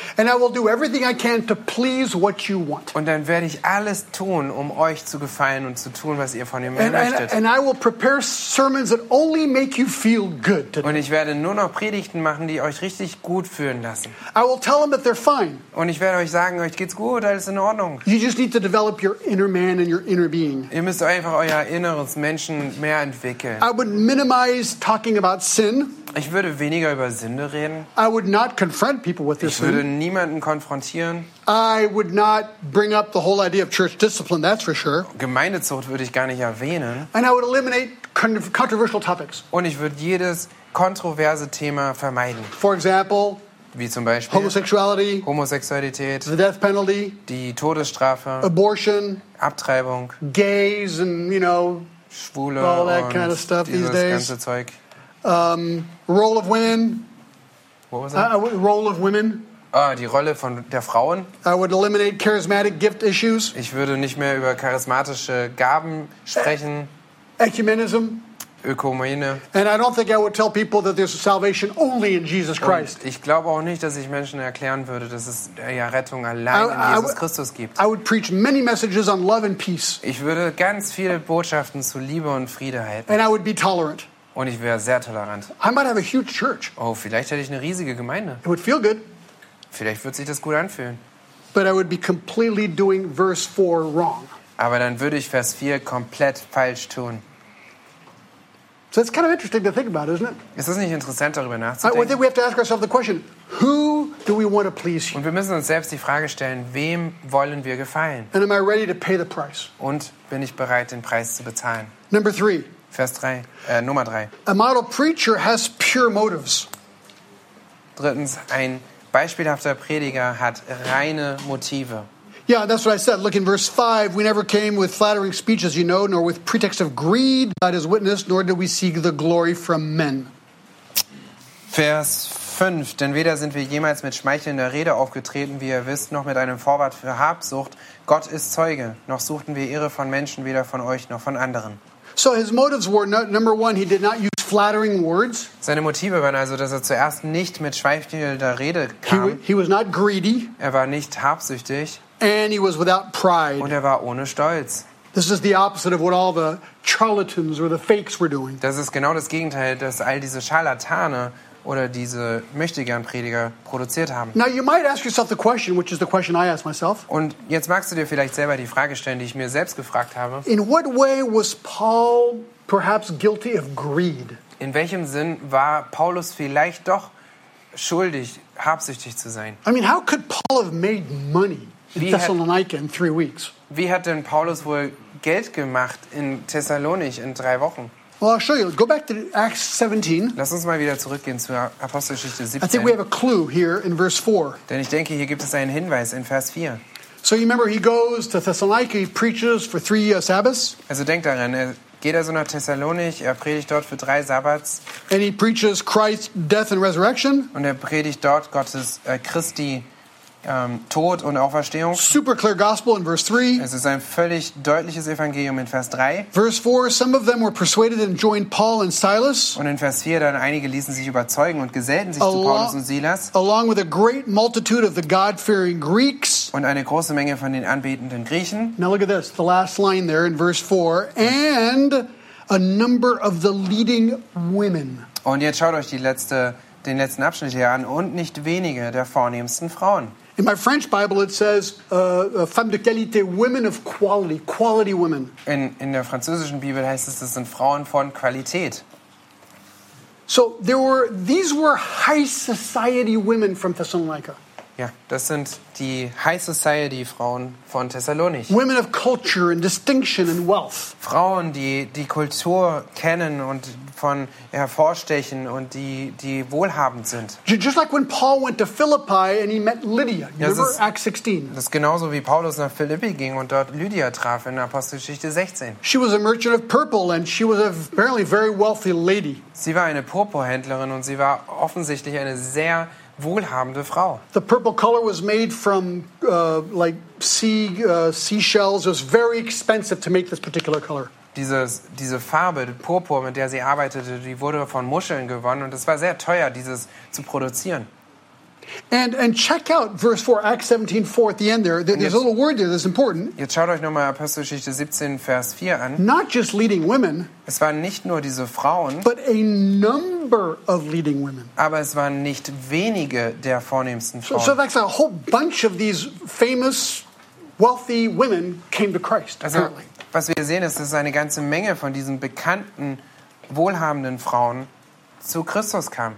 And I will do everything I can to please what you want. Und dann werde ich alles tun, um euch zu gefallen und zu tun, was ihr von mir And, and, möchtet. and I will prepare sermons that only make you feel good today. Und ich werde nur noch Predigten machen, die euch richtig gut fühlen lassen. I will tell them that they're fine. Und ich werde euch sagen, euch geht's gut, alles in Ordnung. You just need to develop your inner man and your inner being. Ihr müsst einfach euer inneres Menschen mehr entwickeln. I would minimize talking about sin. Ich würde weniger über Sünde reden. I would not confront people with their Ich würde sin. niemanden konfrontieren. I would not bring up the whole idea of church discipline, that's for sure. Gemeindezucht würde ich gar nicht erwähnen. And I would eliminate con- controversial topics. Und ich würde jedes kontroverse Thema vermeiden. For example, Wie zum Beispiel homosexuality, Homosexualität, the death penalty, die Todesstrafe, abortion, Abtreibung, gays, and, you know, Schwule all that und kind of stuff these dieses days. ganze Zeug. um, role of women, Wo was er? uh, uh, role of women. Ah, die Rolle von der Frauen. I would eliminate charismatic gift issues, Ich würde nicht mehr über charismatische Gaben sprechen, ecumenism, Ökumene. and I don't think I would tell people that there's salvation only in Jesus Christ. Und ich glaube auch nicht, dass ich Menschen erklären würde, dass es ja Rettung allein I- I- in Jesus Christus gibt. I would preach many messages on love and peace, Ich würde ganz viele Botschaften zu Liebe und Friede halten. and I would be tolerant. Und ich wäre sehr tolerant. I might have a huge church. Oh, vielleicht hätte ich eine riesige Gemeinde. It would feel good, Vielleicht wird sich das gut anfühlen. but I would be completely doing verse four wrong. Aber dann würde ich Vers vier komplett falsch tun. So it's kind of interesting to think about, isn't it? Ist das nicht interessant, darüber I, I think nachzudenken? we have to ask ourselves the question, who do we want to please here? Und wir müssen uns selbst die Frage stellen, wem wollen wir gefallen? And am I ready to pay the price? Und bin ich bereit, den Preis zu bezahlen? Number three, Vers drei, äh, Nummer drei. a model preacher has pure motives. Drittens, ein beispielhafter Prediger hat reine Motive. Yeah, that's what I said. Look in verse five. We never came with flattering speech, as you know, nor with pretext of greed, God is witness, nor did we seek the glory from men. Vers fünf. Denn weder sind wir jemals mit schmeichelnder Rede aufgetreten, wie ihr wisst, noch mit einem Vorwand für Habsucht. Gott ist Zeuge. Noch suchten wir Ehre von Menschen, weder von euch noch von anderen. So his motives were, no, number one, he did not use flattering words. Seine Motive waren also, dass er zuerst nicht mit schmeichelnder Rede He, wa- kam. he was not greedy, Er war nicht habsüchtig and he was without pride. und er war ohne Stolz. This is the opposite of what all the charlatans or the fakes were doing. Das ist genau das Gegenteil, das all diese Scharlatane oder diese Möchtegern-Prediger produziert haben. Now, you might ask yourself the question, which is the question I ask myself. Und jetzt magst du dir vielleicht selber die Frage stellen, die ich mir selbst gefragt habe. In what way was Paul perhaps guilty of greed? In welchem Sinn war Paulus vielleicht doch schuldig, habsüchtig zu sein? I mean, how could Paul have made money in Wie hat- Thessalonica in three weeks? Wie hat denn Paulus wohl Geld gemacht in Thessalonich in drei Wochen? Well, I'll show you. Go back to Acts seventeen. Lass uns mal wieder zurückgehen zur Apostelgeschichte I think we have siebzehn. a clue here in verse four. Denn ich denke, hier gibt es einen Hinweis in Vers vier. So you remember he goes to Thessalonica, he preaches for three uh, Sabbaths, Also denkt daran, er geht also nach Thessalonich, er predigt dort für drei Sabbats and he preaches Christ's death and resurrection. und er predigt dort Gottes äh, Christi ähm, Tod und Auferstehung. Super clear gospel in verse three. Es ist ein völlig deutliches Evangelium in Vers drei. Verse four, some of them were persuaded and joined Paul and Silas, Und in Vers vier dann einige ließen sich überzeugen und gesellten sich zu Along- Paulus und Silas. along with a great multitude of the God-fearing Greeks. Und eine große Menge von den anbetenden Griechen. Now look at this, the last line there in verse four, and a number of the leading women. Und jetzt schaut euch die letzte, den letzten Abschnitt hier an. Und nicht wenige der vornehmsten Frauen. In my French Bible, it says, uh, femmes de qualité, women of quality, quality women. In, in der französischen Bibel heißt es, das sind Frauen von Qualität. So there were, these were high society women from Thessalonica. Ja, das sind die High Society Frauen von Thessalonich. Women of culture and distinction and wealth. Frauen, die die Kultur kennen und von hervorstechen und die, die wohlhabend sind. Ju- Just like when Paul went to Philippi and he met Lydia. You Ja, das remember ist- Acts sixteen? Das ist genauso wie Paulus nach Philippi ging und dort Lydia traf in Apostelgeschichte sechzehn. She was a merchant of purple and she was a apparently very wealthy lady. Sie war eine Purpurhändlerin und sie war offensichtlich eine sehr wohlhabende Frau. The purple color was made from uh, like sea uh, seashells. It was very expensive to make this particular color. Dieses, diese Farbe, die Purpur, mit der sie arbeitete, die wurde von Muscheln gewonnen und es war sehr teuer, dieses zu produzieren. And and check out verse four, Acts seventeen four at the end there. There's a little word there that's important. Jetzt schaut euch nochmal Apostelgeschichte siebzehn, Vers vier an. Not just leading women, Es waren nicht nur diese Frauen, but a number of leading women. aber es waren nicht wenige der vornehmsten So, so Frauen. that's a whole bunch of these famous, wealthy women came to Christ, Also, apparently. was wir sehen, ist, dass eine ganze Menge von diesen bekannten, wohlhabenden Frauen zu Christus kamen.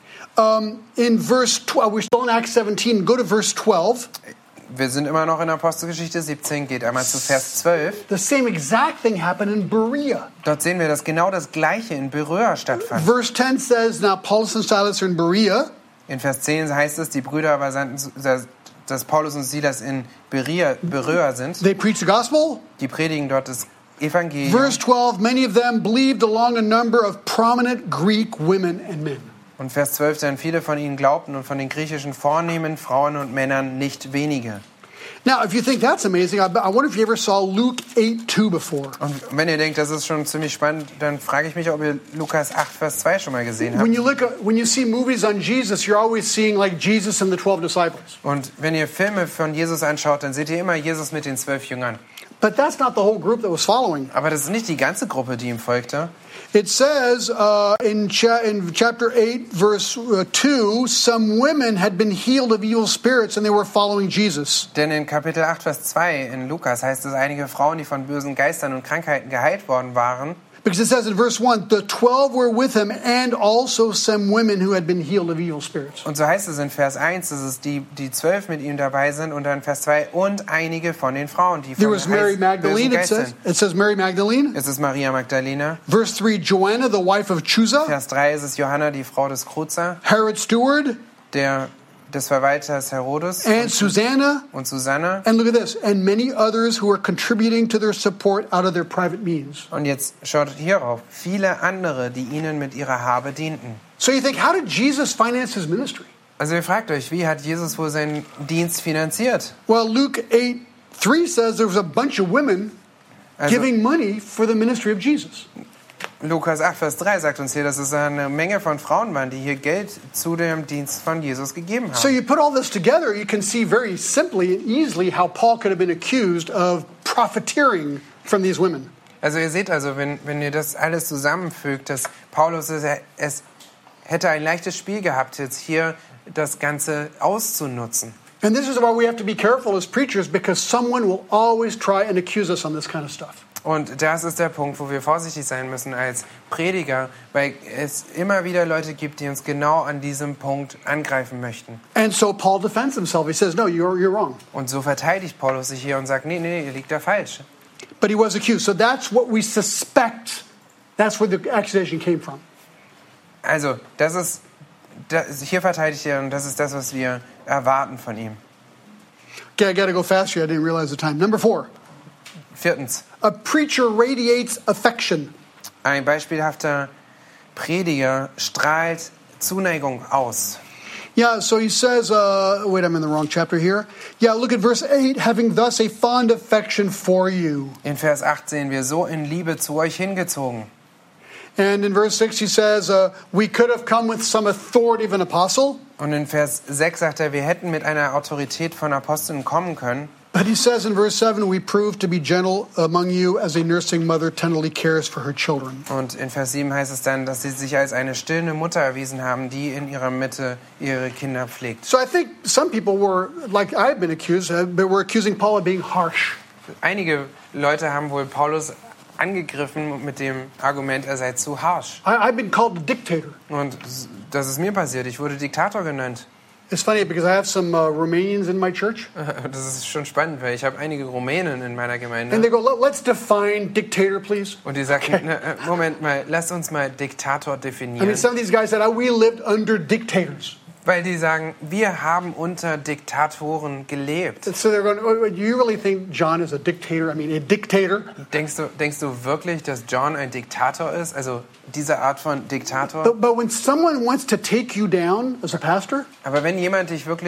Um, in verse twelve, we're still in Acts seventeen. Go to verse twelve. Wir sind immer noch in Apostelgeschichte siebzehn, geht einmal zu Vers zwölf. The same exact thing happened in Berea. Dort sehen wir, dass genau das Gleiche in Beröa stattfand. Verse ten says, now Paulus and Silas are in Berea. In Vers zehn heißt es, die Brüder aber sandten, dass- dass Paulus und Silas in Berea, Beröa sind. They preach the gospel. Die predigen dort das Evangelium. Verse twelve, many of them believed along a number of prominent Greek women and men. Und Vers zwölf, denn viele von ihnen glaubten und von den griechischen vornehmen Frauen und Männern nicht wenige. Now, if you think that's amazing, I I wonder if you ever saw Luke eight two before. Und wenn ihr denkt, das ist schon ziemlich spannend, dann frage ich mich, ob ihr Lukas acht, Vers zwei schon mal gesehen habt. When you look at, when you see movies on Jesus, you're always seeing like Jesus and the twelve disciples. Und wenn ihr Filme von Jesus anschaut, dann seht ihr immer Jesus mit den zwölf Jüngern. But that's not the whole group that was following. Aber das ist nicht die ganze Gruppe, die ihm folgte. It says uh, in, cha- in chapter eight, verse uh, two, some women had been healed of evil spirits and they were following Jesus. Denn in Kapitel acht, Vers zwei in Lukas heißt es, einige Frauen, die von bösen Geistern und Krankheiten geheilt worden waren. Because it says in verse one, the twelve were with him and also some women who had been healed of evil spirits. Und so heißt es in Vers eins, dass es die, die zwölf mit ihm dabei sind und dann Vers zwei und einige von den Frauen, die There von was Mary heiß- bösen Magdalene, it Geistern. says. It says Mary Magdalene. Es ist Maria Magdalena. Verse three, Joanna, the wife of Chuza, Vers drei ist es Johanna, die Frau des Kruzer, Herod Steward, der, des Verwalters Herodes and Susanna. und Susanna. And look at this, and many others who are contributing to their support out of their private means. Und jetzt schaut hierauf. Viele andere, die ihnen mit ihrer Habe dienten. So you think, how did Jesus finance his ministry? Also ihr fragt euch, wie hat Jesus wohl seinen Dienst finanziert? Well, Luke eight three says there was a bunch of women Also giving money for the ministry of Jesus. Lukas acht, Vers drei sagt uns hier, dass es eine Menge von Frauen waren, die hier Geld zu dem Dienst von Jesus gegeben So haben. you put all this together, you can see very simply and easily how Paul could have been accused of profiteering from these women. Also ihr seht also, wenn, wenn ihr das alles zusammenfügt, dass Paulus es, es hätte ein leichtes Spiel gehabt, jetzt hier das Ganze auszunutzen. And this is why we have to be careful as preachers, because someone will always try and accuse us on this kind of stuff. Und das ist der Punkt, wo wir vorsichtig sein müssen als Prediger, weil es immer wieder Leute gibt, die uns genau an diesem Punkt angreifen möchten. And so Paul defends himself. He says, no, you're, you're wrong. Und so verteidigt Paulus sich hier und sagt, nee, nee, ihr liegt da falsch. But he was accused. So that's what we suspect. That's where the accusation came from. Also, das ist, das, hier verteidigt er und das ist das, was wir erwarten von ihm. Okay, I got to go faster. I didn't realize the time. Number four, Viertens, a preacher radiates affection. ein beispielhafter Prediger strahlt Zuneigung aus. Yeah, so he says, uh, wait, I'm in the wrong chapter here. Yeah, look at verse eight, having thus a fond affection for you. In Vers acht sehen wir, so in Liebe zu euch hingezogen. And in verse six, he says, uh, we could have come with some authority of an apostle. Und in Vers sechs sagt er, wir hätten mit einer Autorität von Aposteln kommen können. But he says in verse seven, we proved to be gentle among you as a nursing mother tenderly cares for her children. Und in Vers sieben heißt es dann, dass sie sich als eine stillende Mutter erwiesen haben, die in ihrer Mitte ihre Kinder pflegt. So I think some people were, like I've been accused, uh, but were accusing Paul of being harsh. Einige Leute haben wohl Paulus angegriffen mit dem Argument, er sei zu harsch. I, I've been called a dictator. Und das ist mir passiert. Ich wurde Diktator genannt. It's funny because I have some uh, Romanians in my church. Das ist schon spannend, weil ich habe einige Rumänen in meiner And they Gemeinde. go, "Let- let's define dictator, please. Und die sagten, "Na, äh, Moment mal, lass uns mal Diktator I mean, definieren. some of these guys said, oh, we lived under dictators. Weil die sagen, wir haben unter Diktatoren gelebt. So they're going, oh, do you really think John is a dictator? I mean, a dictator? Denkst du, denkst du wirklich, dass John ein Diktator ist? Also diese Art von Diktator? But, but when someone wants to take you down as a pastor, Aber wenn jemand dich wirklich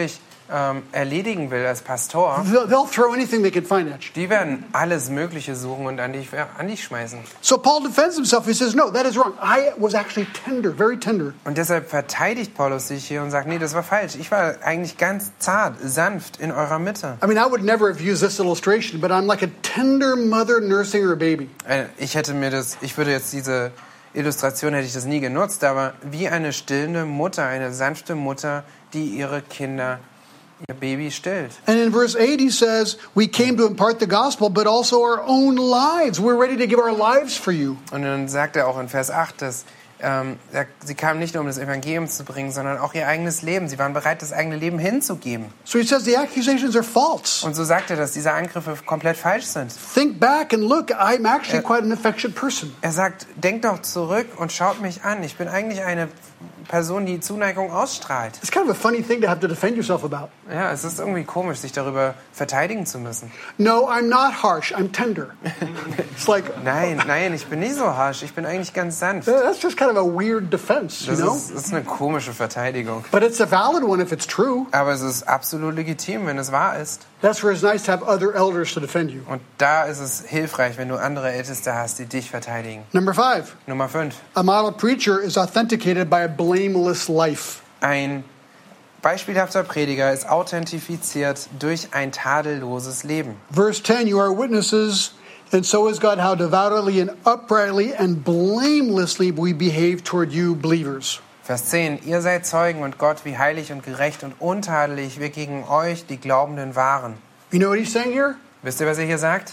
ähm, erledigen will als Pastor, they'll, they'll throw anything they can find at you. die werden alles Mögliche suchen und an dich, an dich schmeißen. So Paul defends himself. He says, no, that is wrong. I was actually tender, very tender. Und deshalb verteidigt Paulus sich hier und sagt, nee, das war falsch. Ich war eigentlich ganz zart, sanft in eurer Mitte. I mean, I would never have used this illustration, but I'm like a tender mother nursing her baby. Äh, Ich hätte mir das, ich würde jetzt diese Illustration hätte ich das nie genutzt, aber wie eine stillende Mutter, eine sanfte Mutter, die ihre Kinder, ihr Baby stillt. And in verse eight, he says, we came to impart the gospel, but also our own lives. We're ready to give our lives for you. Und dann sagt er auch in Vers acht, dass ähm, er- sie kamen nicht nur, um das Evangelium zu bringen, sondern auch ihr eigenes Leben. Sie waren bereit, das eigene Leben hinzugeben. So he says the accusations are false. Und so sagt er, dass diese Angriffe komplett falsch sind. Think back and look, I'm actually quite an affectionate person. Er sagt, denkt doch zurück und schaut mich an. Ich bin eigentlich eine Person, die Zuneigung ausstrahlt. It's kind of a funny thing to have to defend yourself about. Ja, es ist irgendwie komisch, sich darüber verteidigen zu müssen. No, I'm not harsh, I'm tender. It's like, Nein, nein, ich bin nicht so harsh. Ich bin eigentlich ganz sanft. that's just kind of a weird defense, you Das know? ist, das ist eine komische Verteidigung. But it's a valid one if it's true. Aber es ist absolut legitim, wenn es wahr ist. That's where it's nice to have other elders to defend you. Und da ist es hilfreich, wenn du andere Älteste hast, die dich verteidigen. Number five, Nummer fünf. a model preacher is authenticated by a blameless life. Ein beispielhafter Prediger ist authentifiziert durch ein tadelloses Leben. Verse ten, you are witnesses, and so is God, how devoutly and uprightly and blamelessly we behave toward you believers. Vers zehn. Ihr seid Zeugen und Gott, wie heilig und gerecht und untadelig wir gegen euch, die Glaubenden, waren. You know what he's saying here? Wisst ihr, was er hier sagt?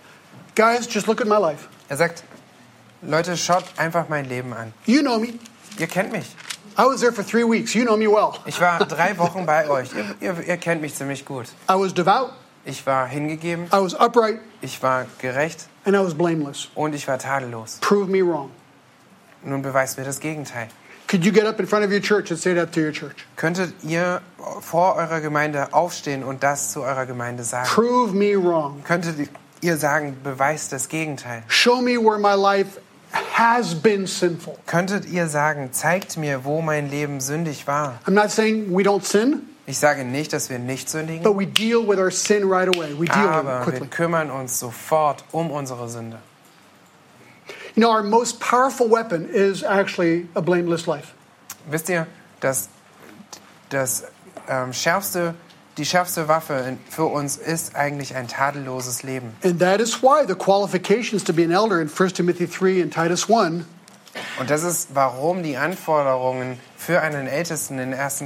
Guys, just look at my life. Er sagt, Leute, schaut einfach mein Leben an. You know me. Ihr kennt mich. I was there for three weeks. You know me well. Ich war drei Wochen bei euch. Ihr, ihr, ihr kennt mich ziemlich gut. I was devout, Ich war hingegeben, I was upright, ich war gerecht and I was blameless. und ich war tadellos. Prove me wrong. Nun beweist mir das Gegenteil. Could you get up in front of your church and say that to your church? Könntet ihr vor eurer Gemeinde aufstehen und das zu eurer Gemeinde sagen? Prove me wrong. Könntet ihr sagen, beweist das Gegenteil? Show me where my life has been sinful. Könntet ihr sagen, zeigt mir, wo mein Leben sündig war? I'm not saying we don't sin, Ich sage nicht, dass wir nicht sündigen, but we deal with our sin right away. We deal with it aber wir quickly. kümmern uns sofort um unsere Sünde. You know, our most powerful weapon is actually a blameless life. Wisst ihr, dass das ähm, schärfste, die schärfste Waffe in- für uns ist eigentlich ein tadelloses Leben. And that is why the qualifications to be an elder in First Timothy three and Titus one Und das ist, warum die Anforderungen für einen Ältesten in ersten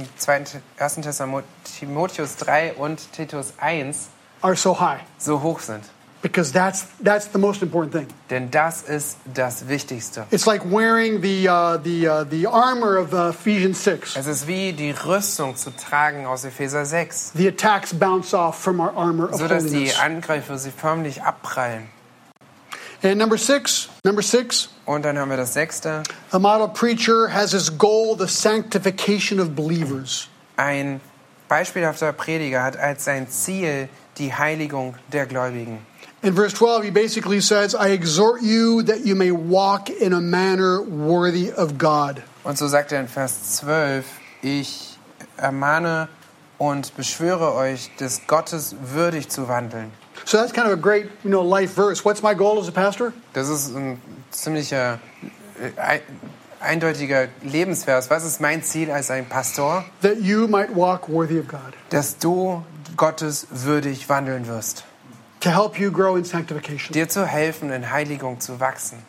Timotheus drei und Titus eins are so high. so hoch sind. Because that's that's the most important thing. Denn das ist das Wichtigste. It's like wearing the uh, the uh, the armor of uh, Ephesians six. Es ist wie die Rüstung zu tragen aus Epheser sechs, The attacks bounce off from our armor of so dass die holiness. Angriffe sie förmlich abprallen. And number six, number six, Und dann haben wir das sechste. a model preacher has his goal the sanctification of believers. Ein beispielhafter Prediger hat als sein Ziel die Heiligung der Gläubigen. In verse twelve, he basically says, I exhort you that you may walk in a manner worthy of God. Und so sagt er in Vers zwölf, ich ermahne und beschwöre euch, des Gottes würdig zu wandeln. So that's kind of a great, you know, life verse. What's my goal as a pastor? Das ist ein ziemlicher, äh, ein, eindeutiger Lebensvers. Was ist mein Ziel als ein Pastor? That you might walk worthy of God. Dass du Gottes würdig wandeln wirst. To help you grow in sanctification. Dir zu helfen, in Heiligung zu wachsen.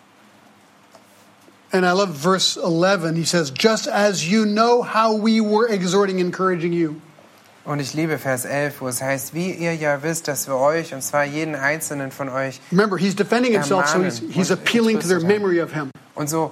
And I love verse eleven. He says, just as you know how we were exhorting, encouraging you. Und ich liebe Vers elf, wo es heißt, wie ihr ja wisst, dass wir euch, und zwar jeden einzelnen von euch, Remember, he's defending himself, so he's, he's appealing to their memory of him. und so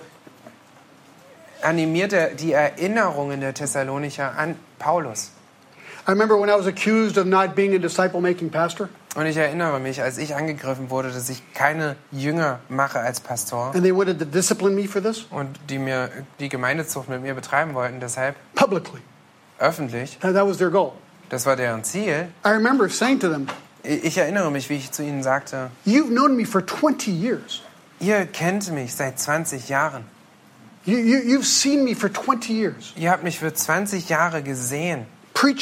animiert er die Erinnerungen der Thessalonicher an Paulus. I remember when I was accused of not being a disciple-making pastor, Und ich erinnere mich, als ich angegriffen wurde, dass ich keine Jünger mache als Pastor and they wanted to discipline me for this und die mir die Gemeindezucht mit mir betreiben wollten, deshalb publicly. öffentlich. That that was their goal. Das war deren Ziel. I remember saying to them, Ich erinnere mich, wie ich zu ihnen sagte, you've known me for twenty years. ihr kennt mich seit zwanzig Jahren. You, you, you've seen me for twenty years, Ihr habt mich für zwanzig Jahre gesehen, preaching,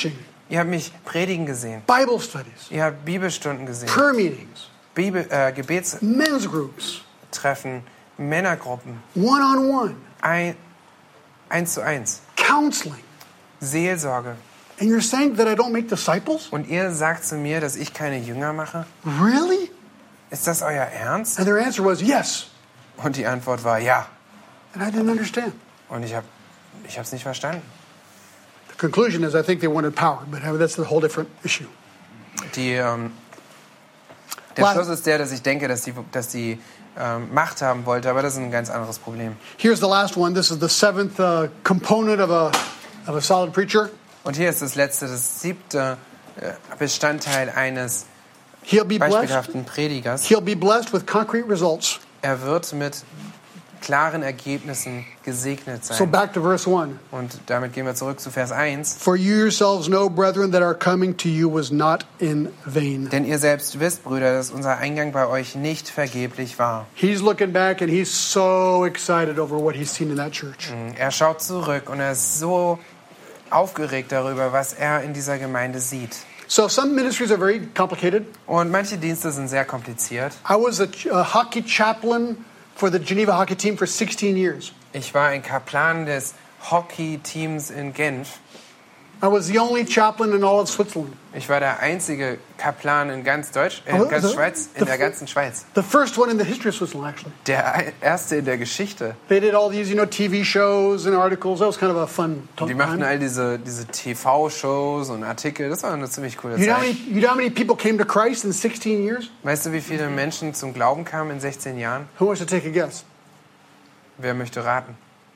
Ihr habt mich predigen gesehen. Bible studies, Ihr habt Bibelstunden gesehen. prayer meetings, Bibel, äh, Gebetstreffen, men's groups, Männergruppen, one-on-one, ein, eins zu eins, counseling. Seelsorge. And you're saying that I don't make disciples? Und ihr sagt zu mir, dass ich keine Jünger mache? Really? Ist das euer Ernst? And their answer was yes. Und die Antwort war ja. And I didn't understand. Und ich habe ich es nicht verstanden. The conclusion is I think they wanted power, but that's a whole different issue. Die, ähm, der Well- Schluss ist der, dass ich denke, dass die, dass die ähm, Macht haben wollte, aber das ist ein ganz anderes Problem. Here's the last one. This is the seventh uh, component of a, of a solid preacher. Und hier ist das letzte, das siebte äh, Bestandteil eines He'll be blessed. beispielhaften Predigers. He'll be blessed with concrete results. Er wird mit klaren Ergebnissen gesegnet So sein. back to verse one. Und damit gehen wir zurück zu Vers eins. For you yourselves know, brethren, that our coming to you was not in vain. Denn ihr selbst wisst, Brüder, dass unser Eingang bei euch nicht vergeblich war. He's looking back and he's so excited over what he's seen in that church. Er schaut zurück und er ist so aufgeregt darüber, was er in dieser Gemeinde sieht. So some ministries are very complicated. Und manche Dienste sind sehr kompliziert. I was a, a hockey chaplain for the Geneva hockey team for sixteen years. Ich war ein Kaplan des Hockey-Teams in Genf. I was the only chaplain in all of Switzerland. Ich war der einzige Kaplan in ganz Deutsch, äh, Aber in ganz the- Schweiz, the- in der ganzen Schweiz. The first one in the history of Switzerland, actually. Der ein- erste in der Geschichte. They did all these, you know, T V shows and articles. That was kind of a fun Die time. machten all diese, diese T V-Shows und Artikel. Das war eine ziemlich coole You know, how Zeit. many, you know how many people came to Christ in sixteen years? Weißt du, wie viele Menschen zum Glauben kamen in sechzehn Jahren? Who wants to take a guess? Wer möchte raten?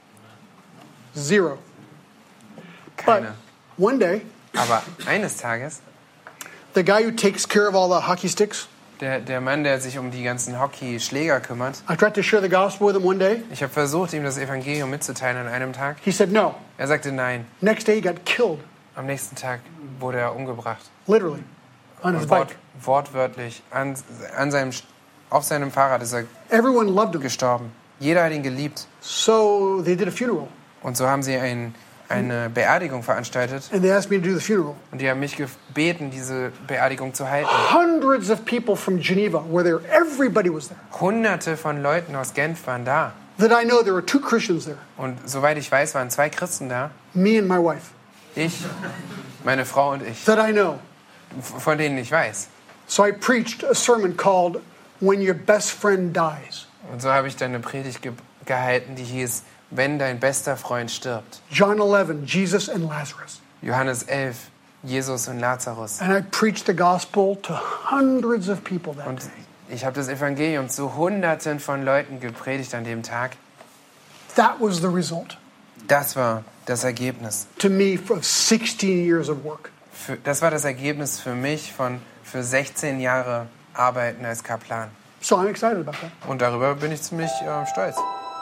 Zero. Keiner. One day, Aber eines Tages, the guy who takes care of all the hockey sticks, der, der Mann, der sich um die ganzen Hockeyschläger kümmert, I tried to share the gospel with him one day. ich habe versucht, ihm das Evangelium mitzuteilen an einem Tag. He said no. Er sagte nein. Next day, he got killed, Am nächsten Tag wurde er umgebracht. literally, on his Und Wort, bike. wortwörtlich, an, an seinem, auf seinem Fahrrad ist er Everyone loved him. gestorben. Jeder hat ihn geliebt. So they did a funeral, Und so haben sie ein, eine Beerdigung veranstaltet. and they asked me to do the funeral. Und die haben mich gebeten, diese Beerdigung zu halten. Hundreds of people from Geneva were there. Everybody was there. Hunderte von Leuten aus Genf waren da. That I know, there were two Christians there, Und soweit ich weiß, waren zwei Christen da. me and my wife. Ich, meine Frau und ich. That I know. Von denen ich weiß. So I preached a sermon called When Your Best Friend Dies. Und so habe ich dann eine Predigt ge gehalten, die hieß, wenn dein bester Freund stirbt. John eleven, Jesus and Lazarus. Johannes elf, Jesus und Lazarus. And I preached the gospel to hundreds of people that Und day. ich habe das Evangelium zu Hunderten von Leuten gepredigt an dem Tag. That was the result Das war das Ergebnis. to me of sixteen years of work. Für, das war das Ergebnis für mich von für sechzehn Jahre Arbeiten als Kaplan. So I'm excited about that. Und darüber bin ich ziemlich äh, stolz.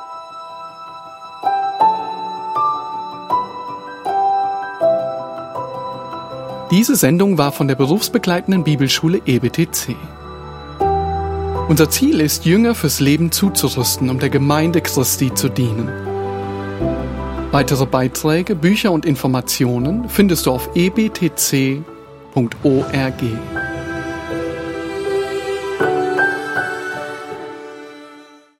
Diese Sendung war von der berufsbegleitenden Bibelschule E B T C. Unser Ziel ist, Jünger fürs Leben zuzurüsten, um der Gemeinde Christi zu dienen. Weitere Beiträge, Bücher und Informationen findest du auf e b t c punkt org.